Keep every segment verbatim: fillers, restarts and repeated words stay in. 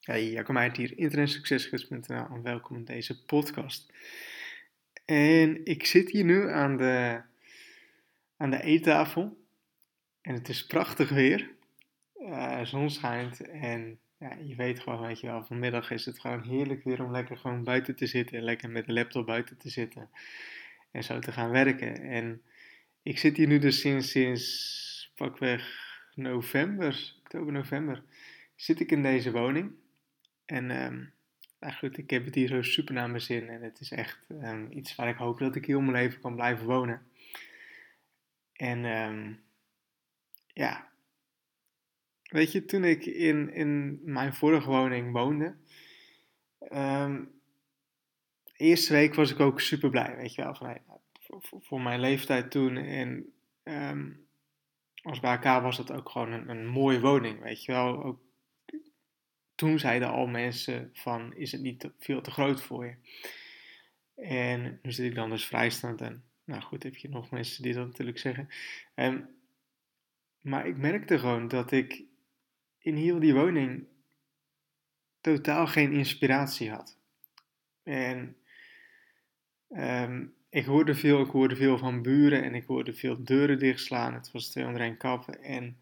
Hey, Jacco Meijert hier, internetsuccesgids punt n l en welkom in deze podcast. En ik zit hier nu aan de, aan de eettafel en het is prachtig weer. Uh, zon schijnt en ja, je weet gewoon, weet je wel, vanmiddag is het gewoon heerlijk weer om lekker gewoon buiten te zitten en lekker met de laptop buiten te zitten en zo te gaan werken. En ik zit hier nu dus sinds, sinds pakweg november, oktober, november, zit ik in deze woning. En um, nou goed, ik heb het hier zo super naar mijn zin en het is echt um, iets waar ik hoop dat ik heel mijn leven kan blijven wonen. En um, ja, weet je, toen ik in, in mijn vorige woning woonde, um, de eerste week was ik ook super blij, weet je wel, van, hey, voor, voor, voor mijn leeftijd toen en um, als bij elkaar was het ook gewoon een, een mooie woning, weet je wel. Ook toen zeiden al mensen van, is het niet te, veel te groot voor je? En nu zit ik dan dus vrijstaand en, nou goed, heb je nog mensen die dat natuurlijk zeggen. Um, maar ik merkte gewoon dat ik in heel die woning totaal geen inspiratie had. En um, ik hoorde veel, ik hoorde veel van buren en ik hoorde veel deuren dichtslaan. Het was twee onder één kap. En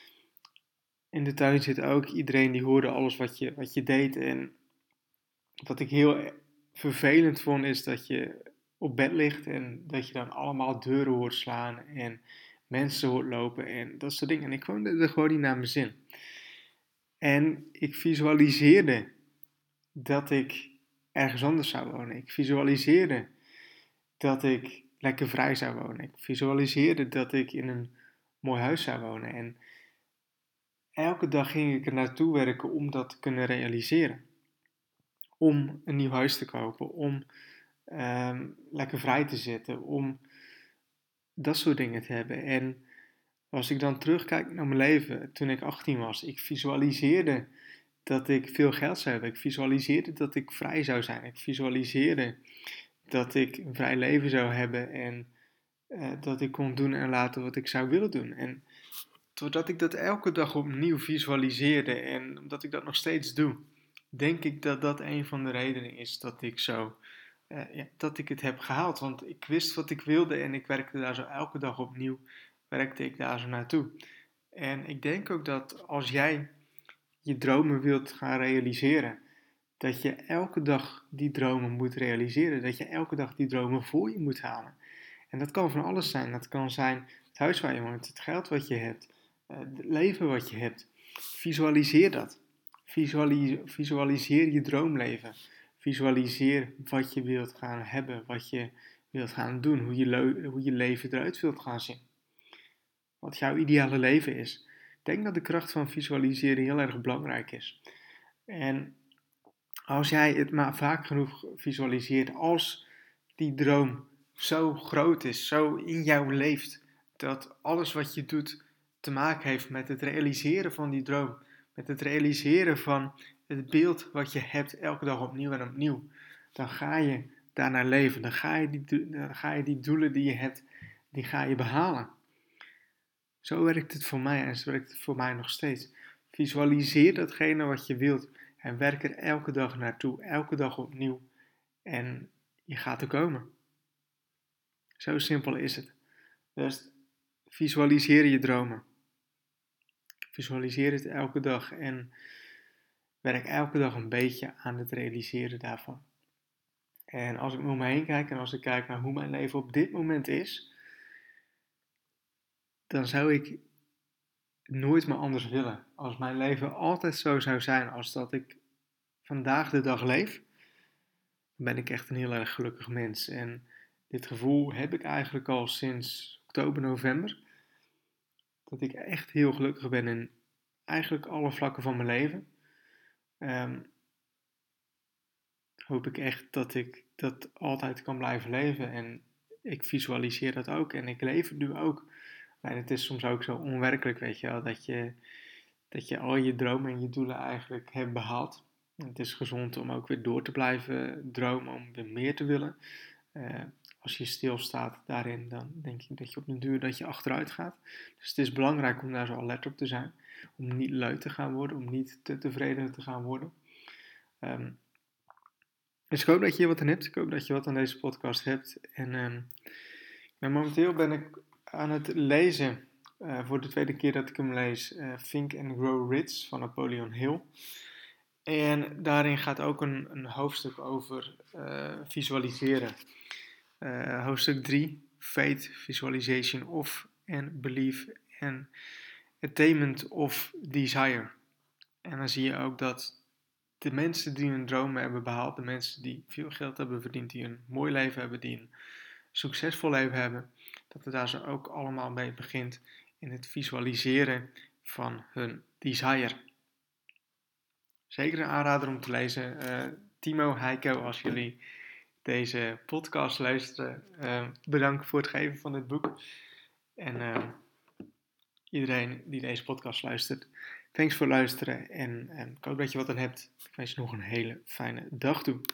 in de tuin zit ook iedereen die hoorde alles wat je, wat je deed. En wat ik heel vervelend vond is dat je op bed ligt en dat je dan allemaal deuren hoort slaan en mensen hoort lopen en dat soort dingen. En ik kwam er gewoon niet naar mijn zin. En ik visualiseerde dat ik ergens anders zou wonen. Ik visualiseerde dat ik lekker vrij zou wonen. Ik visualiseerde dat ik in een mooi huis zou wonen. En elke dag ging ik er naartoe werken om dat te kunnen realiseren. Om een nieuw huis te kopen, om um, lekker vrij te zitten, om dat soort dingen te hebben. En als ik dan terugkijk naar mijn leven toen ik achttien was, ik visualiseerde dat ik veel geld zou hebben. Ik visualiseerde dat ik vrij zou zijn. Ik visualiseerde dat ik een vrij leven zou hebben en uh, dat ik kon doen en laten wat ik zou willen doen. En doordat ik dat elke dag opnieuw visualiseerde en omdat ik dat nog steeds doe, denk ik dat dat een van de redenen is dat ik zo, uh, ja, dat ik het heb gehaald. Want ik wist wat ik wilde en ik werkte daar zo elke dag opnieuw, werkte ik daar zo naartoe. En ik denk ook dat als jij je dromen wilt gaan realiseren, dat je elke dag die dromen moet realiseren. Dat je elke dag die dromen voor je moet halen. En dat kan van alles zijn. Dat kan zijn het huis waar je woont, het geld wat je hebt, het leven wat je hebt. Visualiseer dat. Visualiseer, visualiseer je droomleven. Visualiseer wat je wilt gaan hebben, wat je wilt gaan doen, hoe je, le- hoe je leven eruit wilt gaan zien. Wat jouw ideale leven is. Ik denk dat de kracht van visualiseren heel erg belangrijk is. En als jij het maar vaak genoeg visualiseert, als die droom zo groot is, zo in jou leeft, dat alles wat je doet te maken heeft met het realiseren van die droom, met het realiseren van het beeld wat je hebt elke dag opnieuw en opnieuw, dan ga je daarnaar leven, dan ga je die, dan ga je die doelen die je hebt, die ga je behalen. Zo werkt het voor mij en zo werkt het voor mij nog steeds. Visualiseer datgene wat je wilt en werk er elke dag naartoe, elke dag opnieuw. En je gaat er komen. Zo simpel is het. Dus visualiseer je dromen. Visualiseer het elke dag en werk elke dag een beetje aan het realiseren daarvan. En als ik om me heen kijk en als ik kijk naar hoe mijn leven op dit moment is, dan zou ik nooit meer anders willen. Als mijn leven altijd zo zou zijn als dat ik vandaag de dag leef, dan ben ik echt een heel erg gelukkig mens. En dit gevoel heb ik eigenlijk al sinds oktober, november. Dat ik echt heel gelukkig ben in eigenlijk alle vlakken van mijn leven. Um, hoop ik echt dat ik dat altijd kan blijven leven. En ik visualiseer dat ook en ik leef het nu ook. En het is soms ook zo onwerkelijk, weet je wel, dat je, dat je al je dromen en je doelen eigenlijk hebt behaald. En het is gezond om ook weer door te blijven dromen, om weer meer te willen. Uh, als je stilstaat daarin, dan denk ik dat je op de duur dat je achteruit gaat. Dus het is belangrijk om daar zo alert op te zijn. Om niet lui te gaan worden, om niet te tevreden te gaan worden. Um, dus ik hoop dat je hier wat aan hebt. Ik hoop dat je wat aan deze podcast hebt. En um, ja, momenteel ben ik aan het lezen, uh, voor de tweede keer dat ik hem lees, uh, Think and Grow Rich van Napoleon Hill. En daarin gaat ook een, een hoofdstuk over uh, visualiseren. Uh, hoofdstuk drie, Faith, Visualization of and Belief and Attainment of Desire. En dan zie je ook dat de mensen die hun dromen hebben behaald, de mensen die veel geld hebben verdiend, die een mooi leven hebben, die een succesvol leven hebben, dat het daar zo ook allemaal mee begint in het visualiseren van hun desire. Zeker een aanrader om te lezen. Uh, Timo, Heiko, als jullie deze podcast luisteren, uh, bedankt voor het geven van dit boek. En uh, iedereen die deze podcast luistert, thanks voor het luisteren. En uh, ik hoop dat je wat aan hebt. Ik wens je nog een hele fijne dag toe.